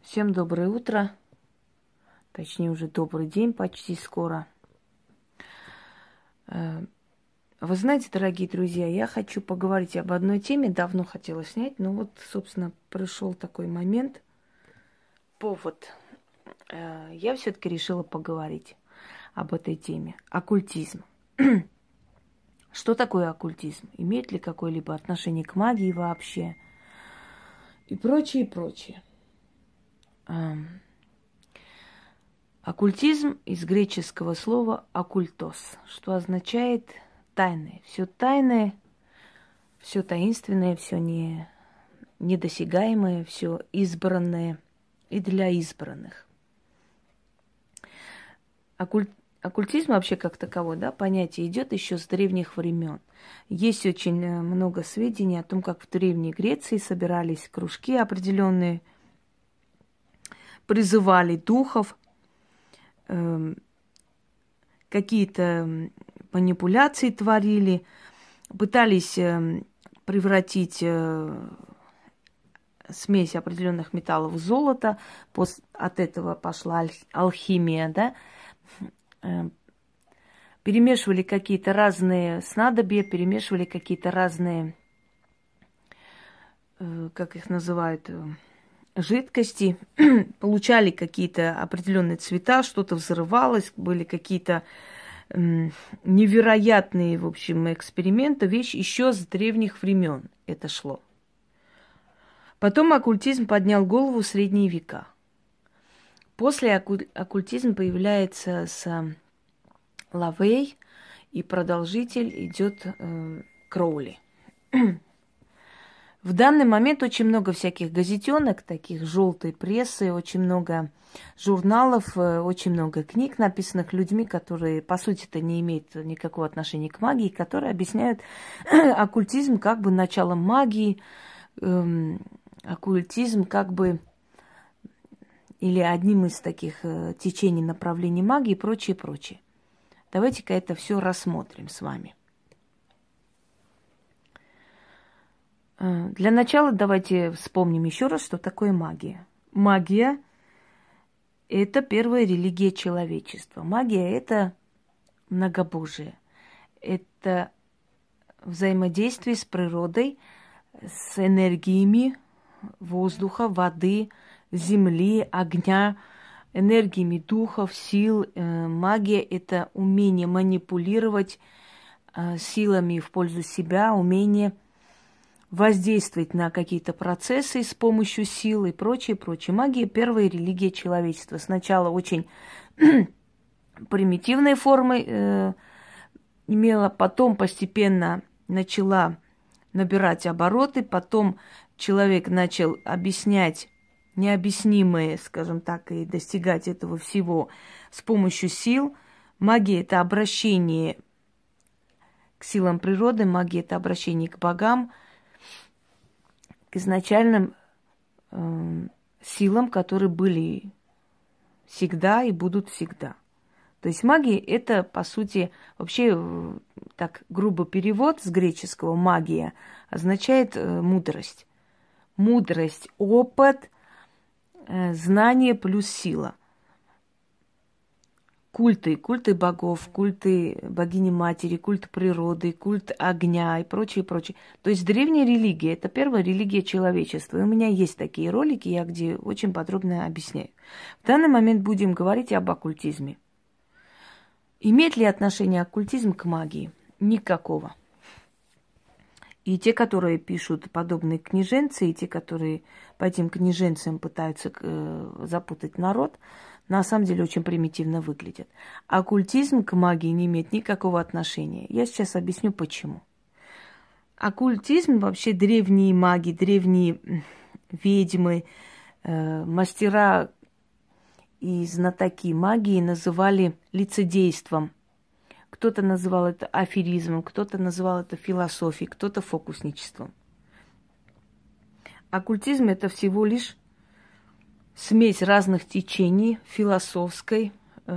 Всем доброе утро, точнее уже добрый день, почти скоро. Вы знаете, дорогие друзья, я хочу поговорить об одной теме, давно хотела снять, но вот, собственно, пришел такой момент, повод. Я все-таки решила поговорить об этой теме. Оккультизм. Что такое оккультизм? Имеет ли какое-либо отношение к магии вообще? И прочее, и прочее. Оккультизм из греческого слова «оккультос», что означает «тайное». Все тайное, все таинственное, все недосягаемое, все избранное и для избранных. Оккультизм вообще как таковой, да, понятие идет еще с древних времен. Есть очень много сведений о том, как в Древней Греции собирались кружки определенные, призывали духов, какие-то манипуляции творили, пытались превратить смесь определенных металлов в золото. От этого пошла алхимия, да? Перемешивали какие-то разные снадобья, перемешивали какие-то разные, как их называют, жидкости, получали какие-то определенные цвета, что-то взрывалось, были какие-то невероятные, в общем, эксперименты, вещь еще с древних времен это шло. Потом оккультизм поднял голову в средние века. После оккультизм появляется с Лавей, и продолжитель идет Кроули. В данный момент очень много всяких газетенок, таких желтой прессы, очень много журналов, очень много книг, написанных людьми, которые, по сути-то, не имеют никакого отношения к магии, которые объясняют оккультизм как бы началом магии, оккультизм как бы или одним из таких течений направлений магии и прочее, прочее. Давайте-ка это все рассмотрим с вами. Для начала давайте вспомним еще раз, что такое магия. Магия – это первая религия человечества. Магия – это многобожие. Это взаимодействие с природой, с энергиями воздуха, воды, земли, огня, энергиями духов, сил. Магия – это умение манипулировать силами в пользу себя, умение воздействовать на какие-то процессы с помощью сил и прочее, прочее. Магия – первая религия человечества. Сначала очень примитивные формы имела, потом постепенно начала набирать обороты, потом человек начал объяснять необъяснимое, скажем так, и достигать этого всего с помощью сил. Магия – это обращение к силам природы, магия – это обращение к богам, к изначальным силам, которые были всегда и будут всегда. То есть магия – это, по сути, вообще, так грубо перевод с греческого «магия» означает мудрость. Мудрость, опыт, знание плюс сила. Культы богов, культы богини-матери, культ природы, культ огня и прочее, прочее. То есть древняя религия – это первая религия человечества. И у меня есть такие ролики, я где очень подробно объясняю. В данный момент будем говорить об оккультизме. Имеет ли отношение оккультизм к магии? Никакого. И те, которые пишут подобные книженцы, и те, которые по этим книженцам пытаются запутать народ, на самом деле очень примитивно выглядят. Оккультизм к магии не имеет никакого отношения. Я сейчас объясню, почему. Оккультизм, вообще древние маги, древние ведьмы, мастера и знатоки магии называли лицедейством. Кто-то называл это аферизмом, кто-то называл это философией, кто-то фокусничеством. Оккультизм – это всего лишь смесь разных течений философской,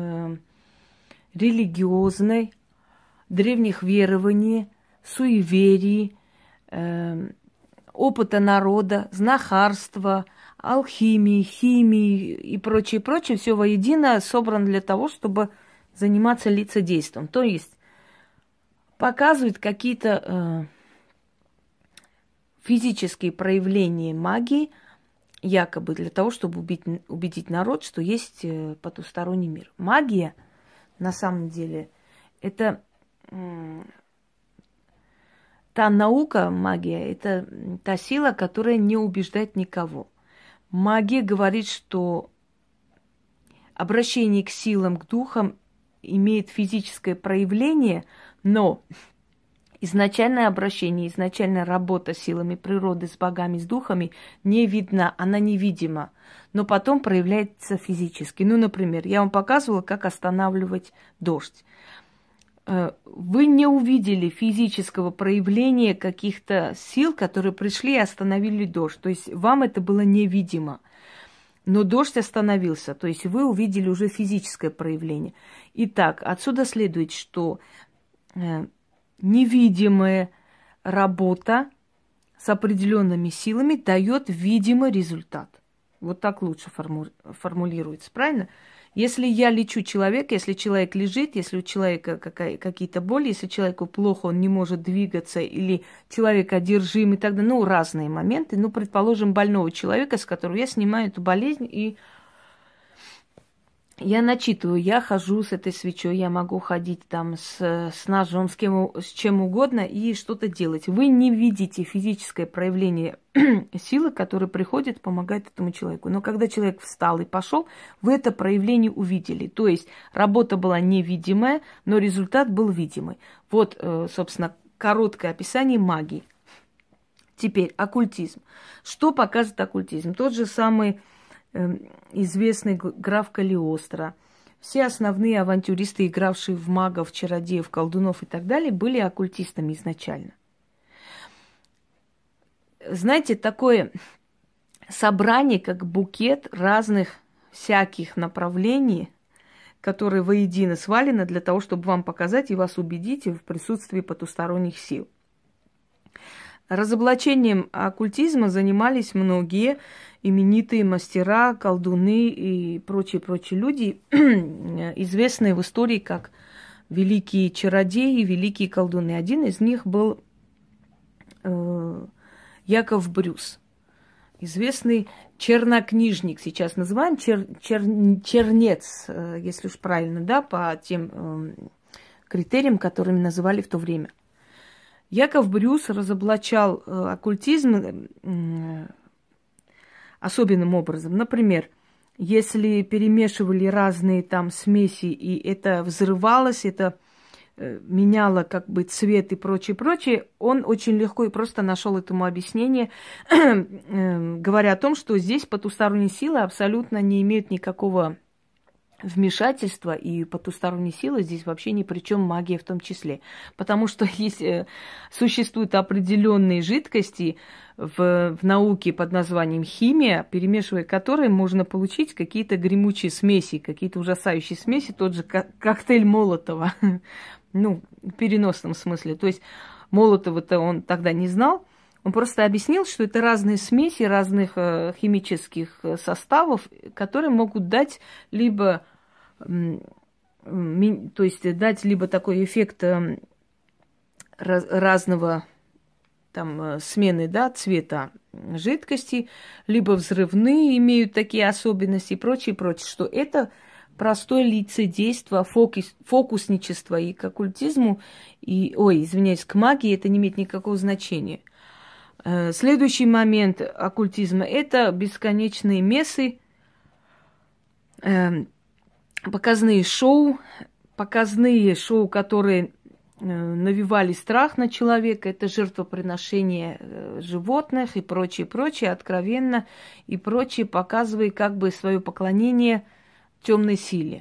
религиозной, древних верований, суеверий, опыта народа, знахарства, алхимии, химии и прочее, прочее, все воедино собрано для того, чтобы заниматься лицедейством. То есть показывают какие-то физические проявления магии, якобы для того, чтобы убедить народ, что есть потусторонний мир. Магия, на самом деле, это та наука, магия, это та сила, которая не убеждает никого. Магия говорит, что обращение к силам, к духам имеет физическое проявление, но изначальное обращение, изначальная работа с силами природы, с богами, с духами не видна, она невидима, но потом проявляется физически. Ну, например, я вам показывала, как останавливать дождь. Вы не увидели физического проявления каких-то сил, которые пришли и остановили дождь. То есть вам это было невидимо. Но дождь остановился. То есть вы увидели уже физическое проявление. Итак, отсюда следует, что невидимая работа с определенными силами дает видимый результат. Вот так лучше формулируется, правильно? Если я лечу человека, если человек лежит, если у человека какие-то боли, если человеку плохо, он не может двигаться, или человек одержим и так далее, ну, разные моменты. Ну, предположим, больного человека, с которого я снимаю эту болезнь, и я начитываю, я хожу с этой свечой, я могу ходить там с ножом, с чем угодно и что-то делать. Вы не видите физическое проявление силы, которая приходит, помогает этому человеку. Но когда человек встал и пошел, вы это проявление увидели. То есть работа была невидимая, но результат был видимый. Вот, собственно, короткое описание магии. Теперь оккультизм. Что показывает оккультизм? Тот же самый известный граф Калиостро. Все основные авантюристы, игравшие в магов, чародеев, колдунов и так далее, были оккультистами изначально. Знаете, такое собрание, как букет разных всяких направлений, которые воедино свалены для того, чтобы вам показать и вас убедить в присутствии потусторонних сил. Разоблачением оккультизма занимались многие именитые мастера, колдуны и прочие люди, известные в истории как великие чародеи, великие колдуны. Один из них был Яков Брюс, известный чернокнижник, сейчас называем чернец, если уж правильно, да, по тем критериям, которыми называли в то время. Яков Брюс разоблачал оккультизм особенным образом. Например, если перемешивали разные там смеси, и это взрывалось, это меняло как бы цвет и прочее, он очень легко и просто нашел этому объяснение, говоря о том, что здесь потусторонние силы абсолютно не имеют никакого вмешательства, и потусторонние силы здесь вообще ни при чем, магия в том числе. Потому что существуют определенные жидкости в науке под названием химия, перемешивая которые можно получить какие-то гремучие смеси, какие-то ужасающие смеси, тот же коктейль Молотова, ну, в переносном смысле. То есть Молотова-то он тогда не знал, он просто объяснил, что это разные смеси разных химических составов, которые могут дать либо, то есть дать либо такой эффект разного там смены, да, цвета жидкости, либо взрывные имеют такие особенности и прочее, что это простое лицедейство, фокусничество и к оккультизму, к магии это не имеет никакого значения. Следующий момент оккультизма – это бесконечные мессы, показные шоу, которые навевали страх на человека, это жертвоприношение животных и прочее, откровенно и прочее, показывая как бы свое поклонение темной силе.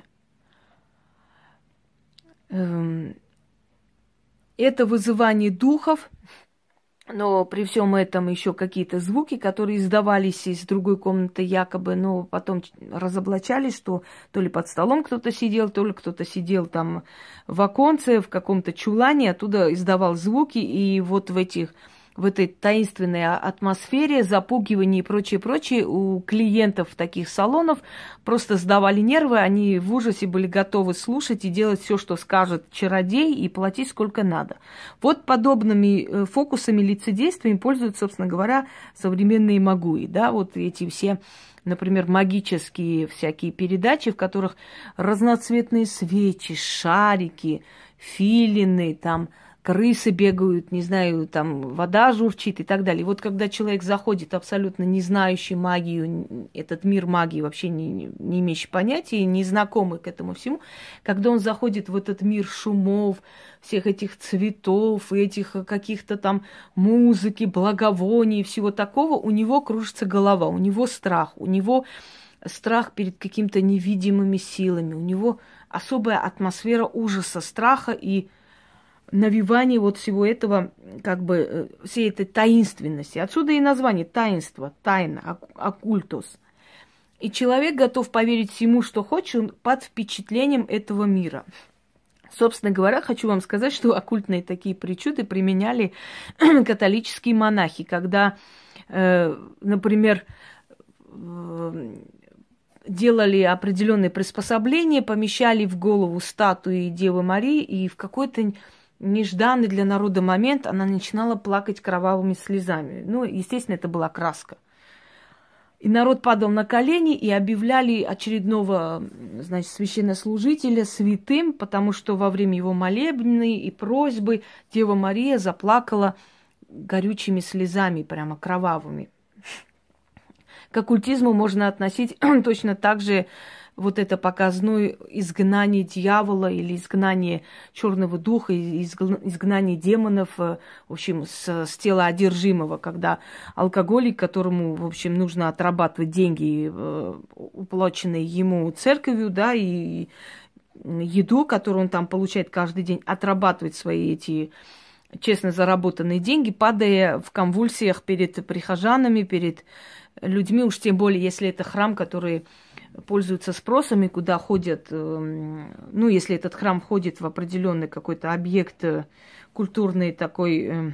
Это вызывание духов. Но при всем этом еще какие-то звуки, которые издавались из другой комнаты якобы, но потом разоблачались, что то ли под столом кто-то сидел, то ли кто-то сидел там в оконце, в каком-то чулане, оттуда издавал звуки, и вот в этих в этой таинственной атмосфере, запугивании и прочее, прочее, у клиентов таких салонов просто сдавали нервы, они в ужасе были готовы слушать и делать все, что скажет чародей, и платить сколько надо. Вот подобными фокусами, лицедействиями пользуются, собственно говоря, современные магуи, да, вот эти все, например, магические всякие передачи, в которых разноцветные свечи, шарики, филины, там, крысы бегают, не знаю, там вода журчит и так далее. Вот когда человек заходит, абсолютно не знающий магию, этот мир магии вообще не имеющий понятия, не знакомый к этому всему, когда он заходит в этот мир шумов, всех этих цветов, этих каких-то там музыки, благовоний, всего такого, у него кружится голова, у него страх перед какими-то невидимыми силами, у него особая атмосфера ужаса, страха и навевание вот всего этого, как бы, всей этой таинственности. Отсюда и название таинство, тайна, оккультус. И человек готов поверить всему, что хочет, под впечатлением этого мира. Собственно говоря, хочу вам сказать, что оккультные такие причуды применяли католические монахи, когда, например, делали определенные приспособления, помещали в голову статуи Девы Марии, и в какой-то нежданный для народа момент она начинала плакать кровавыми слезами. Ну, естественно, это была краска. И народ падал на колени и объявляли очередного, значит, священнослужителя святым, потому что во время его молебны и просьбы Дева Мария заплакала горючими слезами, прямо кровавыми. К оккультизму можно относить точно так же вот это показное изгнание дьявола или изгнание черного духа, изгнание демонов, в общем, с тела одержимого, когда алкоголик, которому, в общем, нужно отрабатывать деньги, уплаченные ему церковью, да, и еду, которую он там получает каждый день, отрабатывать свои эти честно заработанные деньги, падая в конвульсиях перед прихожанами, перед людьми, уж тем более, если это храм, который пользуются спросом и куда ходят, ну, если этот храм входит в определенный какой-то объект культурной такой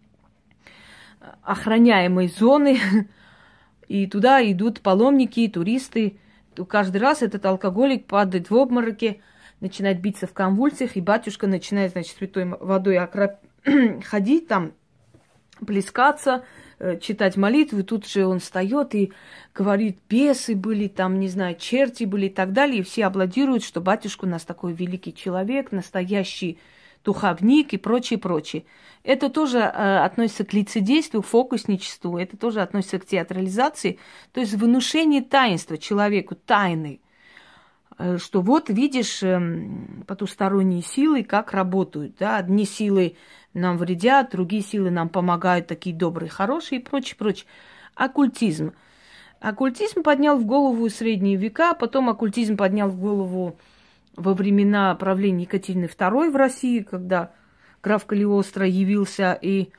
охраняемой зоны, и туда идут паломники, туристы, то каждый раз этот алкоголик падает в обмороке, начинает биться в конвульсиях, и батюшка начинает, значит, святой водой ходить там, плескаться, читать молитву, и тут же он встает и говорит, бесы были, там, не знаю, черти были и так далее, и все аплодируют, что батюшка у нас такой великий человек, настоящий духовник и прочее, прочее. Это тоже относится к лицедейству, фокусничеству, это тоже относится к театрализации, то есть внушение таинства человеку, тайны, что вот видишь потусторонние силы, как работают, да, одни силы нам вредят, другие силы нам помогают, такие добрые, хорошие и прочее, прочее. Оккультизм. Оккультизм поднял в голову средние века, потом оккультизм поднял в голову во времена правления Екатерины II в России, когда граф Калиостро явился, и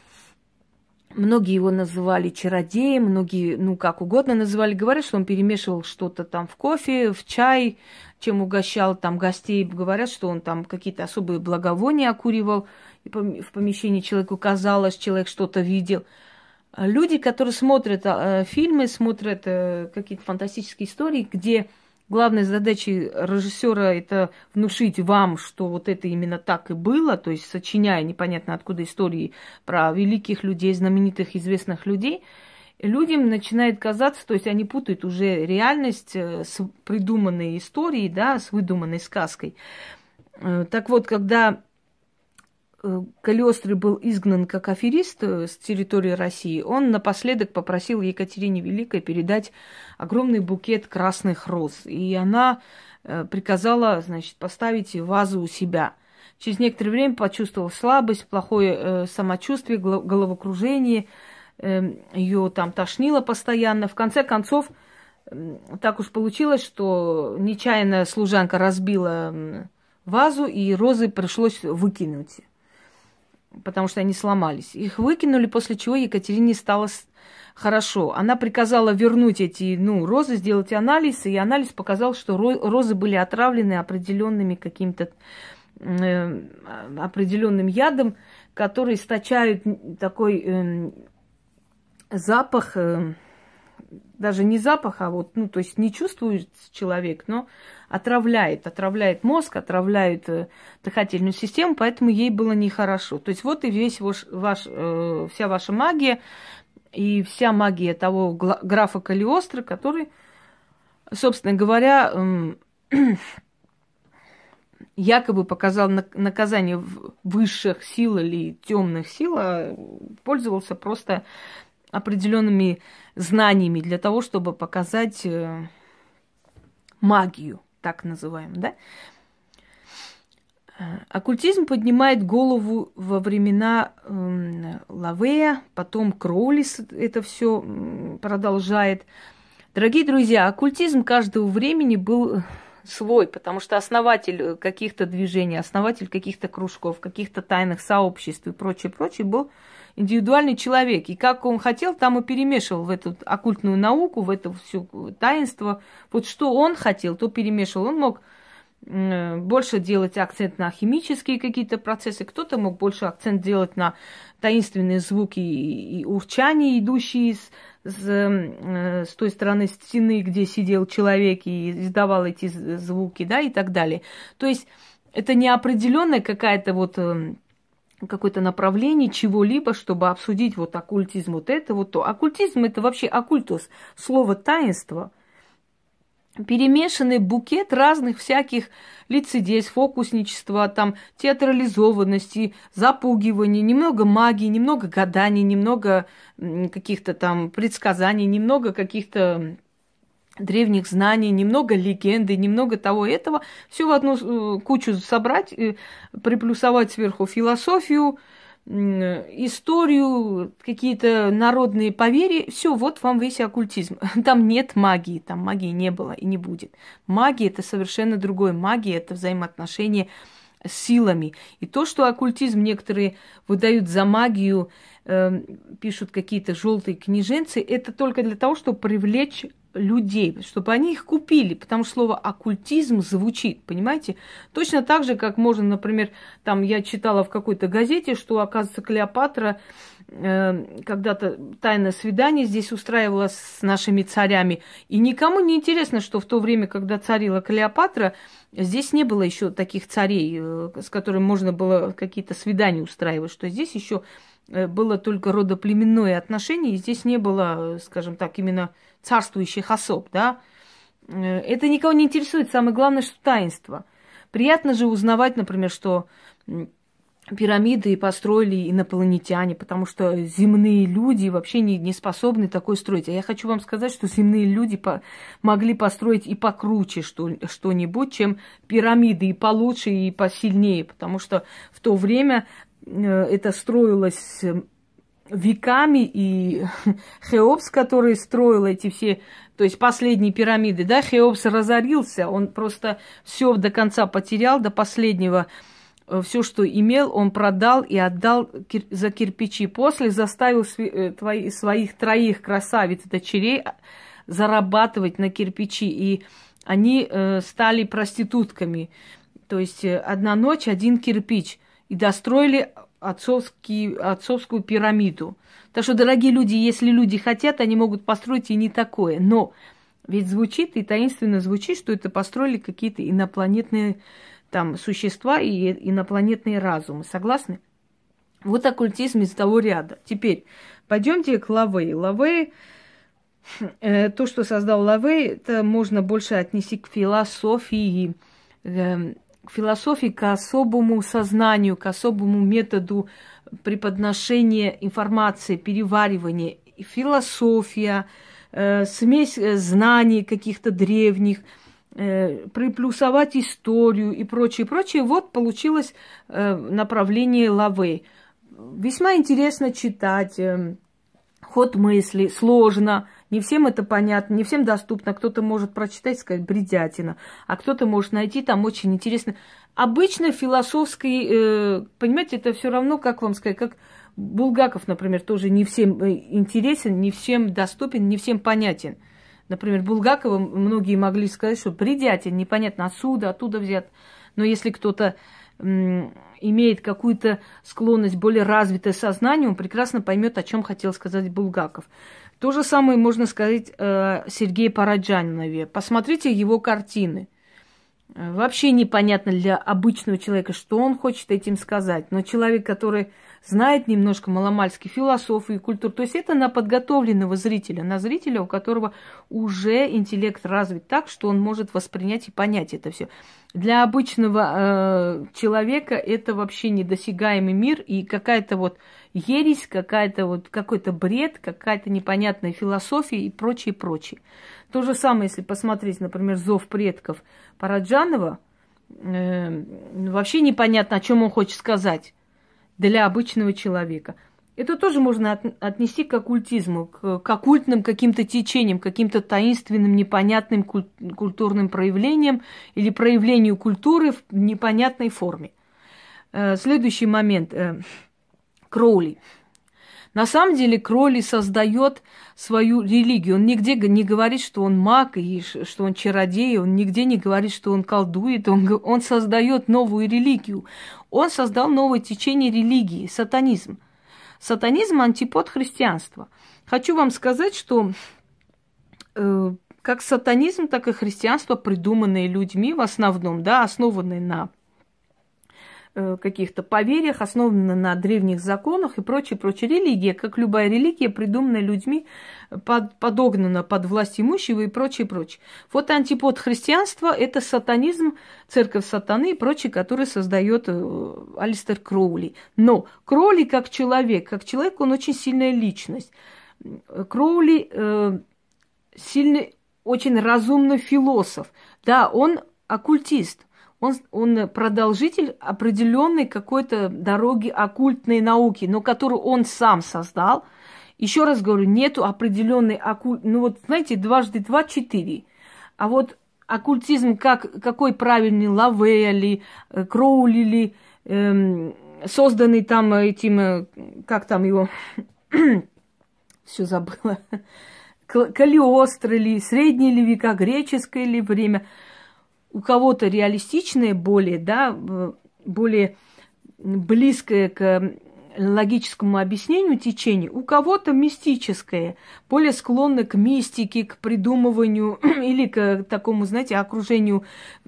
многие его называли чародеем, многие, ну, как угодно называли. Говорят, что он перемешивал что-то там в кофе, в чай, чем угощал там гостей. Говорят, что он там какие-то особые благовония окуривал, и в помещении человеку казалось, человек что-то видел. Люди, которые смотрят фильмы, смотрят какие-то фантастические истории, где главной задачей режиссера это внушить вам, что вот это именно так и было, то есть сочиняя непонятно откуда истории про великих людей, знаменитых, известных людей, людям начинает казаться, то есть они путают уже реальность с придуманной историей, да, с выдуманной сказкой. Так вот, когда Калиостро был изгнан как аферист с территории России, он напоследок попросил Екатерине Великой передать огромный букет красных роз. И она приказала, значит, поставить вазу у себя. Через некоторое время почувствовала слабость, плохое самочувствие, головокружение, ее там тошнило постоянно. В конце концов, так уж получилось, что нечаянно служанка разбила вазу, и розы пришлось выкинуть, потому что они сломались. Их выкинули, после чего Екатерине стало хорошо. Она приказала вернуть эти розы, сделать анализ, и анализ показал, что розы были отравлены определенными каким-то определенным ядом, которые источают такой запах, даже не запах, а вот, ну, то есть не чувствует человек, но отравляет мозг, отравляет дыхательную систему, поэтому ей было нехорошо. То есть вот и весь вся ваша магия и вся магия того графа Калиостро, который, собственно говоря, якобы показал наказание высших сил или темных сил, а пользовался просто определенными знаниями для того, чтобы показать магию, так называемую, да? Оккультизм поднимает голову во времена Лавея, потом Кроулис это все продолжает. Дорогие друзья, оккультизм каждого времени был свой, потому что основатель каких-то движений, основатель каких-то кружков, каких-то тайных сообществ и прочее был индивидуальный человек. И как он хотел, там и перемешивал в эту оккультную науку, в это все таинство. Вот что он хотел, то перемешивал. Он мог больше делать акцент на химические какие-то процессы, кто-то мог больше акцент делать на таинственные звуки и урчания, идущие с той стороны стены, где сидел человек и издавал эти звуки, да, и так далее. То есть это не определенная какая-то вот какое-то направление чего-либо, чтобы обсудить вот оккультизм, вот это, вот то. Оккультизм – это вообще оккультус, слово таинство, перемешанный букет разных всяких лицедейств, фокусничества, там, театрализованности, запугивания, немного магии, немного гаданий, немного каких-то там предсказаний, немного каких-то древних знаний, немного легенды, немного того и этого. Все в одну кучу собрать, приплюсовать сверху философию, историю, какие-то народные поверья. Все, вот вам весь оккультизм. Там нет магии, там магии не было и не будет. Магия – это совершенно другое. Магия – это взаимоотношения с силами. И то, что оккультизм некоторые выдают за магию, пишут какие-то желтые книженцы, это только для того, чтобы привлечь людей, чтобы они их купили, потому что слово оккультизм звучит, понимаете? Точно так же, как можно, например, там я читала в какой-то газете, что, оказывается, Клеопатра когда-то тайное свидание здесь устраивала с нашими царями, и никому не интересно, что в то время, когда царила Клеопатра, здесь не было еще таких царей, с которыми можно было какие-то свидания устраивать, что здесь еще было только родоплеменное отношение, и здесь не было, скажем так, именно царствующих особ, да. Это никого не интересует. Самое главное, что таинство. Приятно же узнавать, например, что пирамиды построили инопланетяне, потому что земные люди вообще не способны такое строить. А я хочу вам сказать, что земные люди могли построить и покруче что-нибудь, чем пирамиды, и получше, и посильнее, потому что в то время это строилось веками, и Хеопс, который строил эти все, то есть последние пирамиды, да, Хеопс разорился, он просто все до конца потерял, до последнего, все, что имел, он продал и отдал за кирпичи. После заставил своих 3 красавиц дочерей зарабатывать на кирпичи, и они стали проститутками. То есть 1 ночь, 1 кирпич. И достроили отцовскую пирамиду. Так что, дорогие люди, если люди хотят, они могут построить и не такое. Но ведь звучит, и таинственно звучит, что это построили какие-то инопланетные там существа и инопланетные разумы. Согласны? Вот оккультизм из того ряда. Теперь пойдемте к Лавей. Лавей, то, что создал Лавей, это можно больше отнести к философии, к особому сознанию, к особому методу преподношения информации, переваривания. Философия, смесь знаний каких-то древних, приплюсовать историю и прочее, прочее. Вот получилось направление Лавей. Весьма интересно читать, ход мысли, сложно. Не всем это понятно, не всем доступно. Кто-то может прочитать и сказать бредятина, а кто-то может найти там очень интересно. Обычно философский, понимаете, это все равно, как вам сказать, как Булгаков, например, тоже не всем интересен, не всем доступен, не всем понятен. Например, Булгакова многие могли сказать, что бредятин, непонятно, оттуда взят. Но если кто-то имеет какую-то склонность более развитое сознание, он прекрасно поймет, о чем хотел сказать Булгаков. То же самое можно сказать Сергею Параджанове. Посмотрите его картины. Вообще непонятно для обычного человека, что он хочет этим сказать. Но человек, который знает немножко маломальски философию и культуру, то есть это на подготовленного зрителя, на зрителя, у которого уже интеллект развит так, что он может воспринять и понять это все. Для обычного человека это вообще недосягаемый мир и какая-то вот ересь, какой-то бред, какая-то непонятная философия и прочее, прочее. То же самое, если посмотреть, например, «Зов предков» Параджанова, вообще непонятно, о чем он хочет сказать для обычного человека. Это тоже можно отнести к оккультизму, к оккультным каким-то течениям, каким-то таинственным, непонятным культурным проявлениям или проявлению культуры в непонятной форме. Следующий момент. Кроули. На самом деле Кроули создает свою религию. Он нигде не говорит, что он маг и что он чародей. Он нигде не говорит, что он колдует. Он создает новую религию. Он создал новое течение религии, сатанизм. Сатанизм – антипод христианства. Хочу вам сказать, что как сатанизм, так и христианство, придуманные людьми в основном, да, основанные на каких-то поверьях, основаны на древних законах и прочее, прочее. Религия, как любая религия, придуманная людьми, подогнана под власть имущего и прочее, прочее. Вот антипод христианства – это сатанизм, церковь сатаны и прочее, который создает Алистер Кроули. Но Кроули как человек, он очень сильная личность. Кроули сильный, очень разумный философ. Да, он оккультист. Он продолжитель определенной какой-то дороги оккультной науки, но которую он сам создал. Еще раз говорю, нету определенной оккультной... Ну вот, знаете, 2 × 2 = 4. А вот оккультизм, какой правильный, Лавелли, Кроули, созданный там этим... Как там его... Все забыла. Калиостро ли, средние ли века, греческое ли время... У кого-то реалистичное, более близкое к логическому объяснению течение, у кого-то мистическое, более склонное к мистике, к придумыванию или к такому, знаете, окружению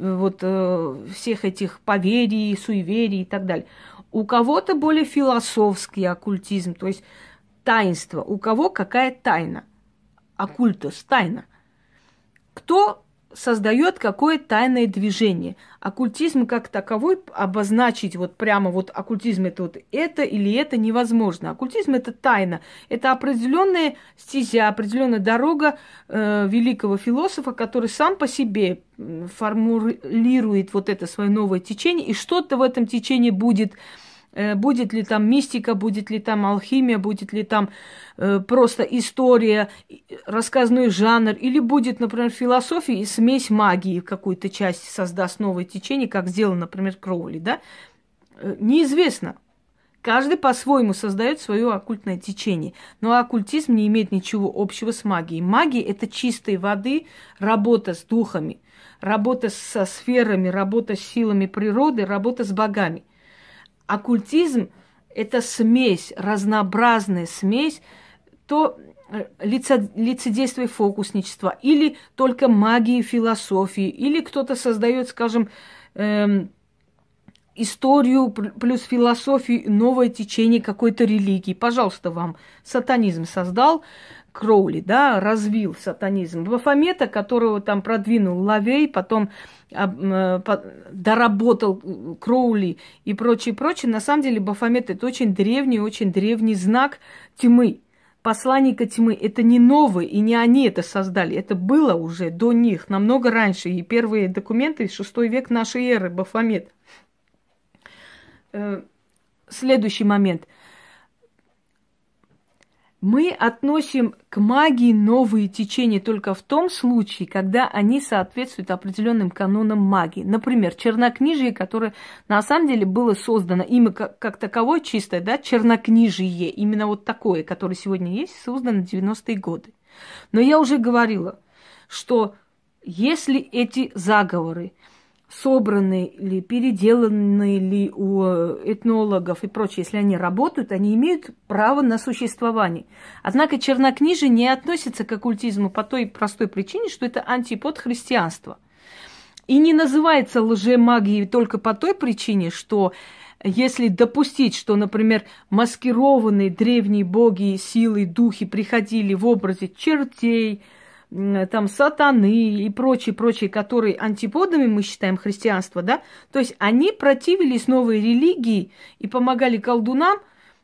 всех этих поверий, суеверий и так далее. У кого-то более философский оккультизм, то есть таинство. У кого какая тайна? Оккультус, тайна. Кто создает какое тайное движение. Оккультизм как таковой обозначить прямо оккультизм это или это невозможно. Оккультизм это тайна, это определенная стезя, определенная дорога великого философа, который сам по себе формулирует это свое новое течение, и что-то в этом течении будет. Будет ли там мистика, будет ли там алхимия, будет ли там просто история, рассказной жанр, или будет, например, философия и смесь магии, какую-то часть создаст новое течение, как сделал, например, Кроули, да? Неизвестно. Каждый по-своему создает свое оккультное течение. Но оккультизм не имеет ничего общего с магией. Магия – это чистой воды работа с духами, работа со сферами, работа с силами природы, работа с богами. Оккультизм – это смесь, разнообразная смесь, то лицедейство и фокусничество, или только магии, философии, или кто-то создает, скажем, историю плюс философию, новое течение какой-то религии. Пожалуйста, вам сатанизм создал Кроули, да, развил сатанизм. Бафомета, которого там продвинул Лавей, потом доработал Кроули и прочее, прочее. На самом деле Бафомет – это очень древний знак тьмы, посланника тьмы. Это не новый, и не они это создали. Это было уже до них, намного раньше. И первые документы, 6 век нашей эры, Бафомет. Следующий момент. Мы относим к магии новые течения только в том случае, когда они соответствуют определенным канонам магии. Например, чернокнижие, которое на самом деле было создано, имя как таковое чистое, да, чернокнижие, именно такое, которое сегодня есть, создано в 90-е годы. Но я уже говорила, что если эти заговоры собраны или переделаны ли у этнологов и прочее, если они работают, они имеют право на существование. Однако чернокнижие не относится к оккультизму по той простой причине, что это антипод христианства. И не называется лжемагией только по той причине, что если допустить, что, например, маскированные древние боги, силы, духи приходили в образе чертей, там, сатаны и прочие, которые антиподами мы считаем христианство, да, то есть они противились новой религии и помогали колдунам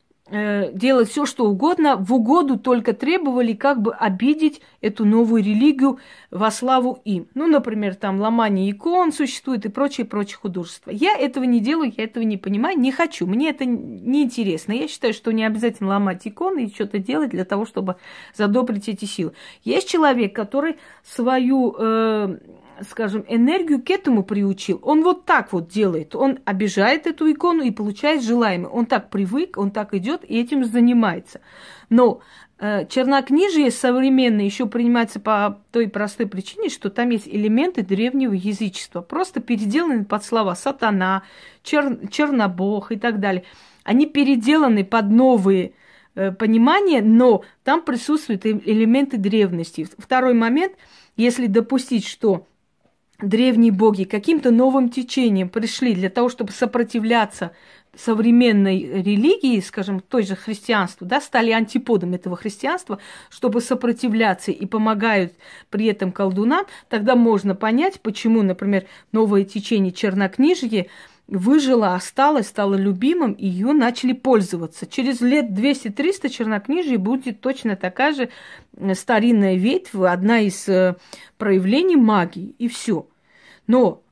делать все, что угодно, в угоду только требовали как бы обидеть эту новую религию во славу им. Ну, например, там ломание икон существует и прочие художества. Я этого не делаю, я этого не понимаю, не хочу, мне это не интересно. Я считаю, что не обязательно ломать иконы и что-то делать для того, чтобы задобрить эти силы. Есть человек, который свою скажем, энергию к этому приучил. Он вот так вот делает. Он обижает эту икону и получает желаемое. Он так привык, он так идет и этим занимается. Но чернокнижие современное еще принимается по той простой причине, что там есть элементы древнего язычества, просто переделаны под слова сатана, чернобог и так далее. Они переделаны под новые понимания, но там присутствуют элементы древности. Второй момент, если допустить, что древние боги каким-то новым течением пришли для того, чтобы сопротивляться современной религии, скажем, той же христианству, да, стали антиподом этого христианства, чтобы сопротивляться и помогают при этом колдунам, тогда можно понять, почему, например, новое течение чернокнижья выжило, осталось, стало любимым, и ее начали пользоваться. Через лет 200-300 чернокнижие будет точно такая же старинная ветвь, одна из проявлений магии, и все. Но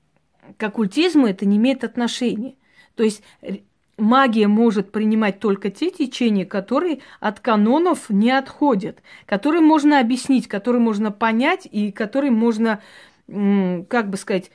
к оккультизму это не имеет отношения. То есть магия может принимать только те течения, которые от канонов не отходят, которые можно объяснить, которые можно понять и которые можно, как бы сказать,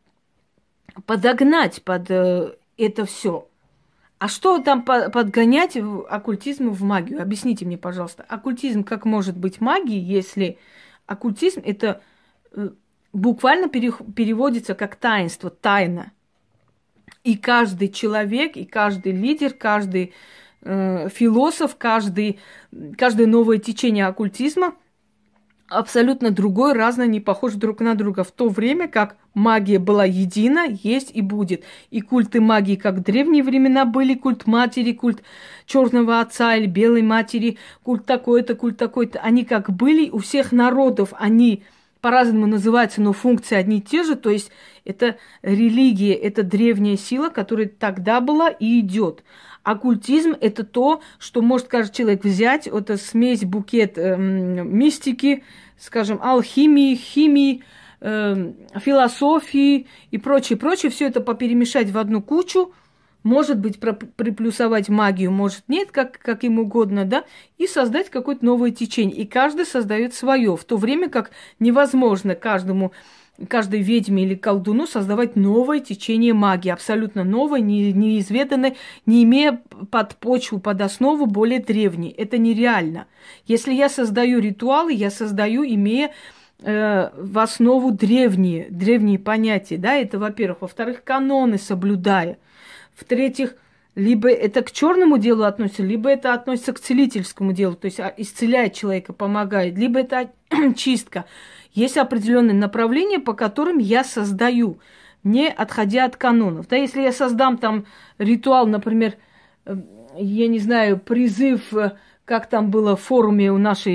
подогнать под это все. А что там подгонять оккультизм в магию? Объясните мне, пожалуйста. Оккультизм как может быть магией, если оккультизм это буквально переводится как таинство, тайна. И каждый человек, и каждый лидер, каждый философ, каждое новое течение оккультизма абсолютно другой, разное, не похож друг на друга. В то время как магия была едина, есть и будет. И культы магии, как в древние времена были, культ матери, культ черного отца или белой матери, культ такой-то, они как были у всех народов, они по-разному называются, но функции одни и те же. То есть это религия, это древняя сила, которая тогда была и идет. Оккультизм – это то, что может каждый человек взять, это смесь, букет мистики, скажем, алхимии, химии, философии и прочее, все это поперемешать в одну кучу, может быть, приплюсовать магию, может нет, как им угодно, да, и создать какое-то новое течение. И каждый создает свое, в то время как невозможно каждой ведьме или колдуну создавать новое течение магии, абсолютно новое, неизведанное, не имея подпочву, под основу более древней. Это нереально. Если я создаю ритуалы, я создаю, имея в основу древние понятия, да, это, во-первых. Во-вторых, каноны соблюдая. В-третьих, либо это к черному делу относится, либо это относится к целительскому делу, то есть исцеляет человека, помогает, либо это чистка. Есть определенные направления, по которым я создаю, не отходя от канонов. Да, если я создам там ритуал, например, я не знаю, призыв, как там было в форуме у нашей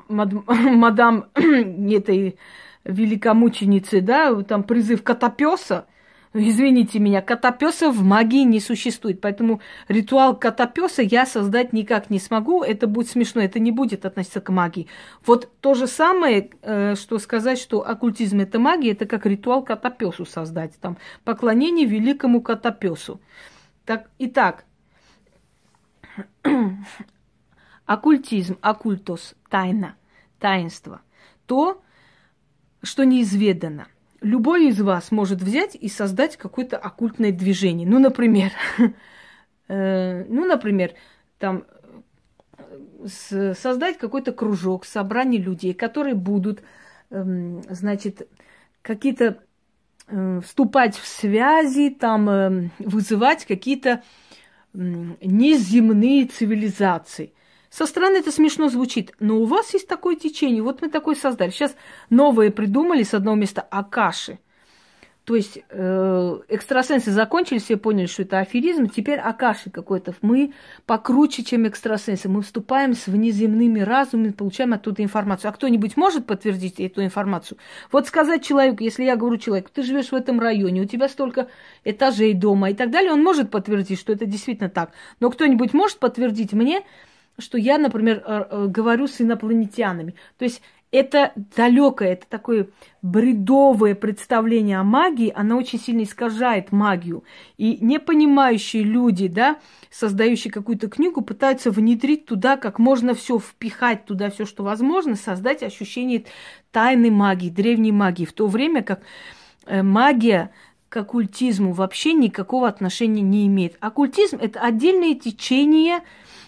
мадам этой великомученицы, да, там призыв котопёса. Извините меня, котопёса в магии не существует, поэтому ритуал котопёса я создать никак не смогу, это будет смешно, это не будет относиться к магии. Вот то же самое, что сказать, что оккультизм – это магия, это как ритуал котопёсу создать, там, поклонение великому котопёсу. Итак, оккультизм, оккультос, тайна, таинство, то, что неизведано. Любой из вас может взять и создать какое-то оккультное движение. Ну, например, там, создать какой-то кружок, собрание людей, которые будут, значит, какие-то вступать в связи, там вызывать какие-то неземные цивилизации. Со стороны это смешно звучит, но у вас есть такое течение. Вот мы такое создали. Сейчас новое придумали с одного места акаши. То есть экстрасенсы закончились, все поняли, что это аферизм. Теперь акаши какой-то. Мы покруче, чем экстрасенсы. Мы вступаем с внеземными разумами, получаем оттуда информацию. А кто-нибудь может подтвердить эту информацию? Вот сказать человеку, если я говорю человеку, ты живешь в этом районе, у тебя столько этажей дома и так далее, он может подтвердить, что это действительно так. Но кто-нибудь может подтвердить мне, что я, например, говорю с инопланетянами. То есть это далекое, это такое бредовое представление о магии, оно очень сильно искажает магию. И непонимающие люди, да, создающие какую-то книгу, пытаются внедрить туда, как можно все впихать туда, все, что возможно, создать ощущение тайной магии, древней магии, в то время как магия к оккультизму вообще никакого отношения не имеет. Оккультизм – это отдельное течение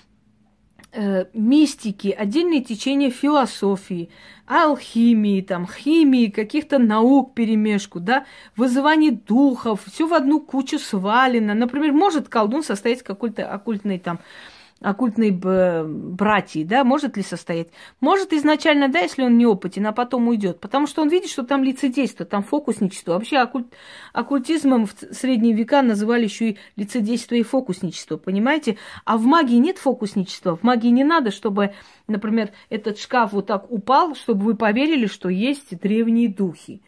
мистики, отдельные течения философии, алхимии, там, химии, каких-то наук перемешку, да, вызывание духов, все в одну кучу свалено. Например, может колдун состоять из какой-то оккультной там оккультной братьи, да, может ли состоять? Может изначально, да, если он неопытен, а потом уйдет, потому что он видит, что там лицедейство, там фокусничество. Вообще оккультизмом в средние века называли еще и лицедейство и фокусничество, понимаете? А в магии нет фокусничества, в магии не надо, чтобы, например, этот шкаф вот так упал, чтобы вы поверили, что есть древние духи.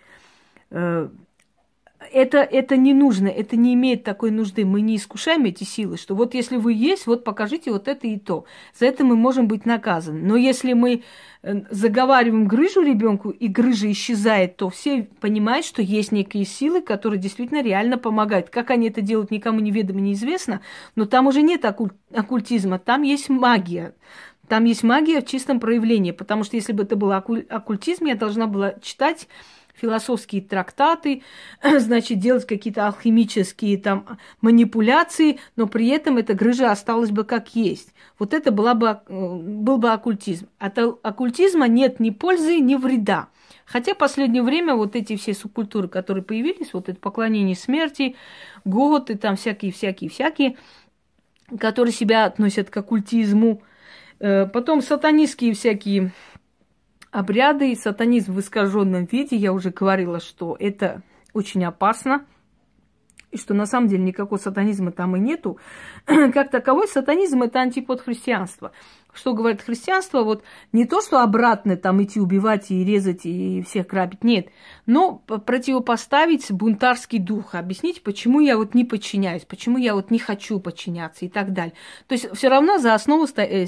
Это не нужно, это не имеет такой нужды. Мы не искушаем эти силы, что вот если вы есть, вот покажите вот это и то. За это мы можем быть наказаны. Но если мы заговариваем грыжу ребенку, и грыжа исчезает, то все понимают, что есть некие силы, которые действительно реально помогают. Как они это делают, никому неведомо, неизвестно, но там уже нет оккультизма, там есть магия. Там есть магия в чистом проявлении, потому что если бы это был оккультизм, я должна была читать философские трактаты, значит, делать какие-то алхимические там манипуляции, но при этом эта грыжа осталась бы как есть. Вот это был бы оккультизм. От оккультизма нет ни пользы, ни вреда. Хотя в последнее время вот эти все субкультуры, которые появились, вот это поклонение смерти, готы, там всякие, которые себя относят к оккультизму, потом сатанистские всякие обряды и сатанизм в искаженном виде, я уже говорила, что это очень опасно, и что на самом деле никакого сатанизма там и нету. Как таковой сатанизм – это антипод христианства. Что говорит христианство? Вот не то, что обратно там идти убивать и резать и всех грабить, нет. Но противопоставить бунтарский дух, объяснить, почему я вот не подчиняюсь, почему я вот не хочу подчиняться и так далее. То есть все равно за основу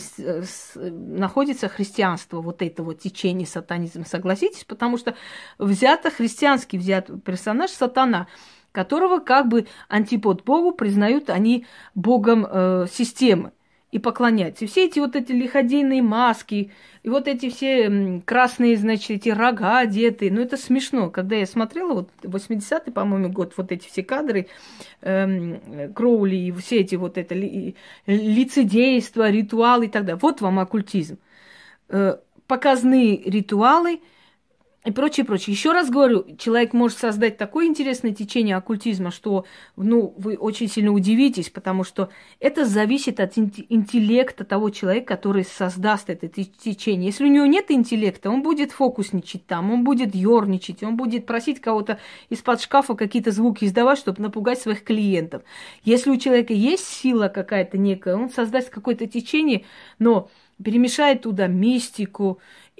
находится христианство, вот это вот течение сатанизма, согласитесь, потому что христианский взят персонаж сатана, которого как бы антипод Богу признают они богом системы и поклоняются. И все эти вот эти лиходейные маски, и вот эти все красные, значит, эти рога одетые, ну это смешно. Когда я смотрела, вот 80-й, по-моему, год, вот эти все кадры, Кроули и все эти вот это лицедейство, ритуалы и так далее. Вот вам оккультизм. Показные ритуалы, и прочее, прочее. Еще раз говорю, человек может создать такое интересное течение оккультизма, что, вы очень сильно удивитесь, потому что это зависит от интеллекта того человека, который создаст это течение. Если у него нет интеллекта, он будет фокусничать там, он будет ёрничать, он будет просить кого-то из-под шкафа какие-то звуки издавать, чтобы напугать своих клиентов. Если у человека есть сила какая-то некая, он создаст какое-то течение, но перемешает туда мистику,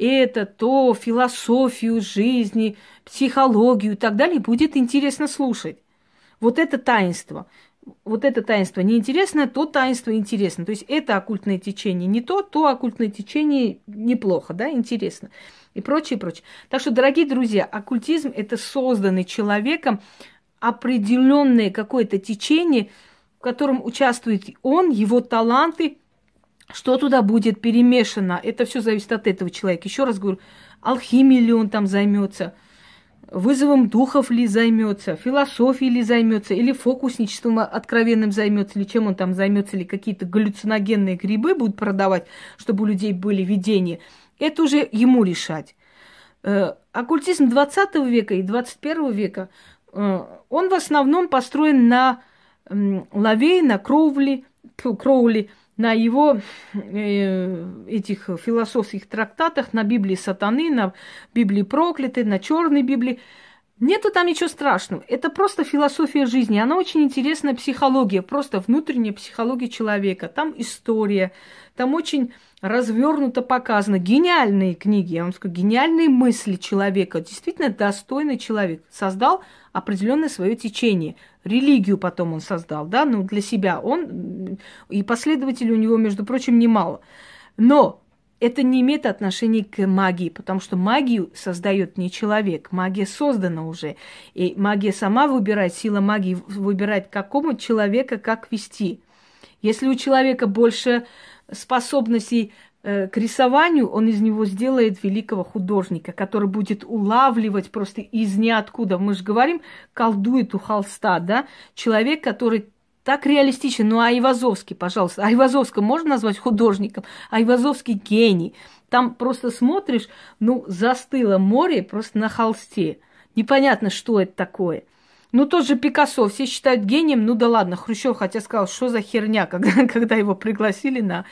философию жизни, психологию и так далее, будет интересно слушать. Вот это таинство. Вот это таинство неинтересно, то таинство интересно. То есть это оккультное течение не то оккультное течение неплохо, да, интересно. И прочее, прочее. Так что, дорогие друзья, оккультизм – это созданный человеком определенное какое-то течение, в котором участвует он, его таланты. Что туда будет перемешано, это все зависит от этого человека. Еще раз говорю, алхимией ли он там займется, вызовом духов ли займется, философией ли займется, или фокусничеством откровенным займется, или чем он там займется, или какие-то галлюциногенные грибы будут продавать, чтобы у людей были видения. Это уже ему решать. Оккультизм 20 века и 21 века, он в основном построен на Лавее, на Кроули, на его этих философских трактатах, на Библии сатаны, на Библии проклятой, на черной Библии. Нету там ничего страшного. Это просто философия жизни. Она очень интересная психология, просто внутренняя психология человека. Там история, там очень развернуто показано. Гениальные книги, я вам скажу, гениальные мысли человека. Действительно достойный человек. Создал определенное свое течение. Религию потом он создал, да, ну, для себя. Он, и последователей у него, между прочим, немало. Но это не имеет отношения к магии, потому что магию создает не человек. Магия создана уже. И магия сама выбирает, сила магии выбирает, какому человека как вести. Если у человека больше способностей к рисованию, он из него сделает великого художника, который будет улавливать просто из ниоткуда. Мы же говорим, колдует у холста, да? Человек, который так реалистичен. Ну, Айвазовский, пожалуйста. Айвазовского можно назвать художником? Айвазовский гений. Там просто смотришь, ну, застыло море просто на холсте. Непонятно, что это такое. Ну, тот же Пикассо, все считают гением, ну да ладно, Хрущев хотя сказал, что за херня, когда его пригласили на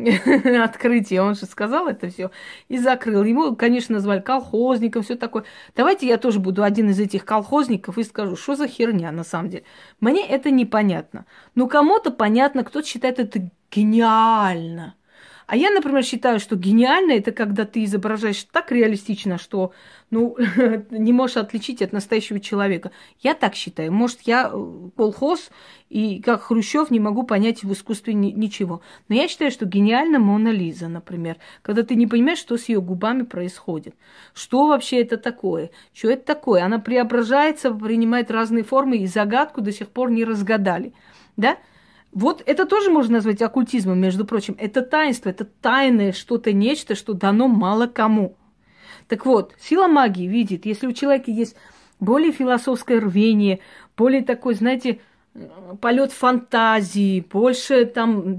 открытие, он же сказал это все и закрыл. Ему, конечно, назвали колхозником, все такое. Давайте я тоже буду один из этих колхозников и скажу, что за херня на самом деле. Мне это непонятно. Ну, кому-то понятно, кто-то считает это гениально. А я, например, считаю, что гениально это когда ты изображаешь так реалистично, что, ну, не можешь отличить от настоящего человека. Я так считаю. Может, я колхоз и как Хрущев не могу понять в искусстве ничего. Но я считаю, что гениально Мона Лиза, например, когда ты не понимаешь, что с ее губами происходит. Что вообще это такое? Что это такое? Она преображается, принимает разные формы, и загадку до сих пор не разгадали. Да? Вот это тоже можно назвать оккультизмом, между прочим. Это таинство, это тайное что-то, нечто, что дано мало кому. Так вот, сила магии видит, если у человека есть более философское рвение, более такой, знаете, полет фантазии, больше там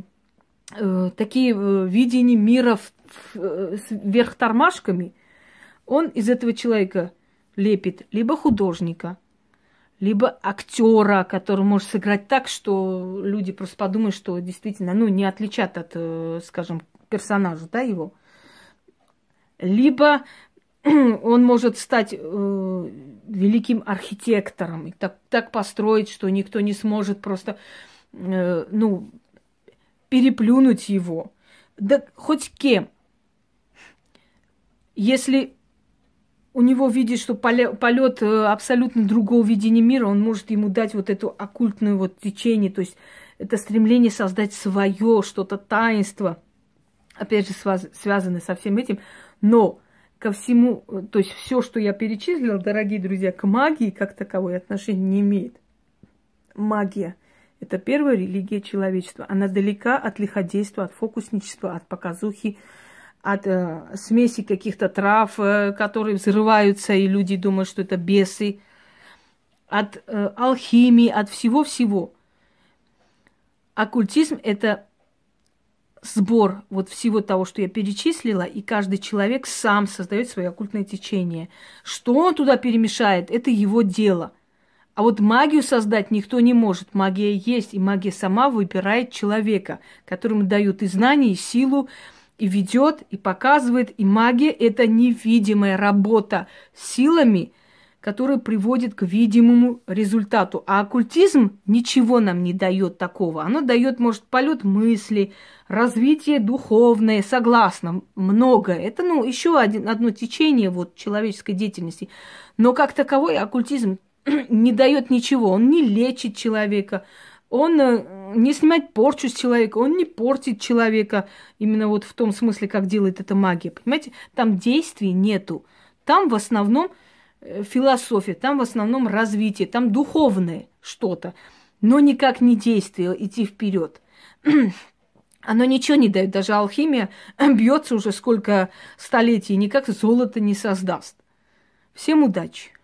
такие видения мира вверх тормашками, он из этого человека лепит либо художника, либо актера, который может сыграть так, что люди просто подумают, что действительно, ну, не отличат от, скажем, персонажа, да, его. Либо он может стать великим архитектором и так построить, что никто не сможет просто, ну, переплюнуть его. Да хоть кем. Если у него видит, что полет абсолютно другого видения мира, он может ему дать вот эту оккультную вот течение, то есть это стремление создать свое, что-то таинство, опять же, связанное со всем этим. Но ко всему, то есть все, что я перечислила, дорогие друзья, к магии как таковой отношения не имеет. Магия – это первая религия человечества. Она далека от лиходейства, от фокусничества, от показухи, от смеси каких-то трав, которые взрываются, и люди думают, что это бесы, от алхимии, от всего-всего. Оккультизм – это сбор вот всего того, что я перечислила, и каждый человек сам создает свое оккультное течение. Что он туда перемешает – это его дело. А вот магию создать никто не может. Магия есть, и магия сама выбирает человека, которому дают и знания, и силу, и ведет, и показывает. И магия – это невидимая работа с силами, которая приводит к видимому результату. А оккультизм ничего нам не дает такого. Оно дает, может, полет мысли, развитие духовное, согласно, многое. Это, ну, еще одно течение вот, человеческой деятельности. Но как таковой оккультизм не дает ничего. Он не лечит человека, он не снимает порчу с человека, он не портит человека именно вот в том смысле, как делает эта магия. Понимаете, там действий нету. Там в основном философия, там в основном развитие, там духовное что-то, но никак не действие, идти вперед. Оно ничего не дает. Даже алхимия бьется уже сколько столетий, никак золото не создаст. Всем удачи!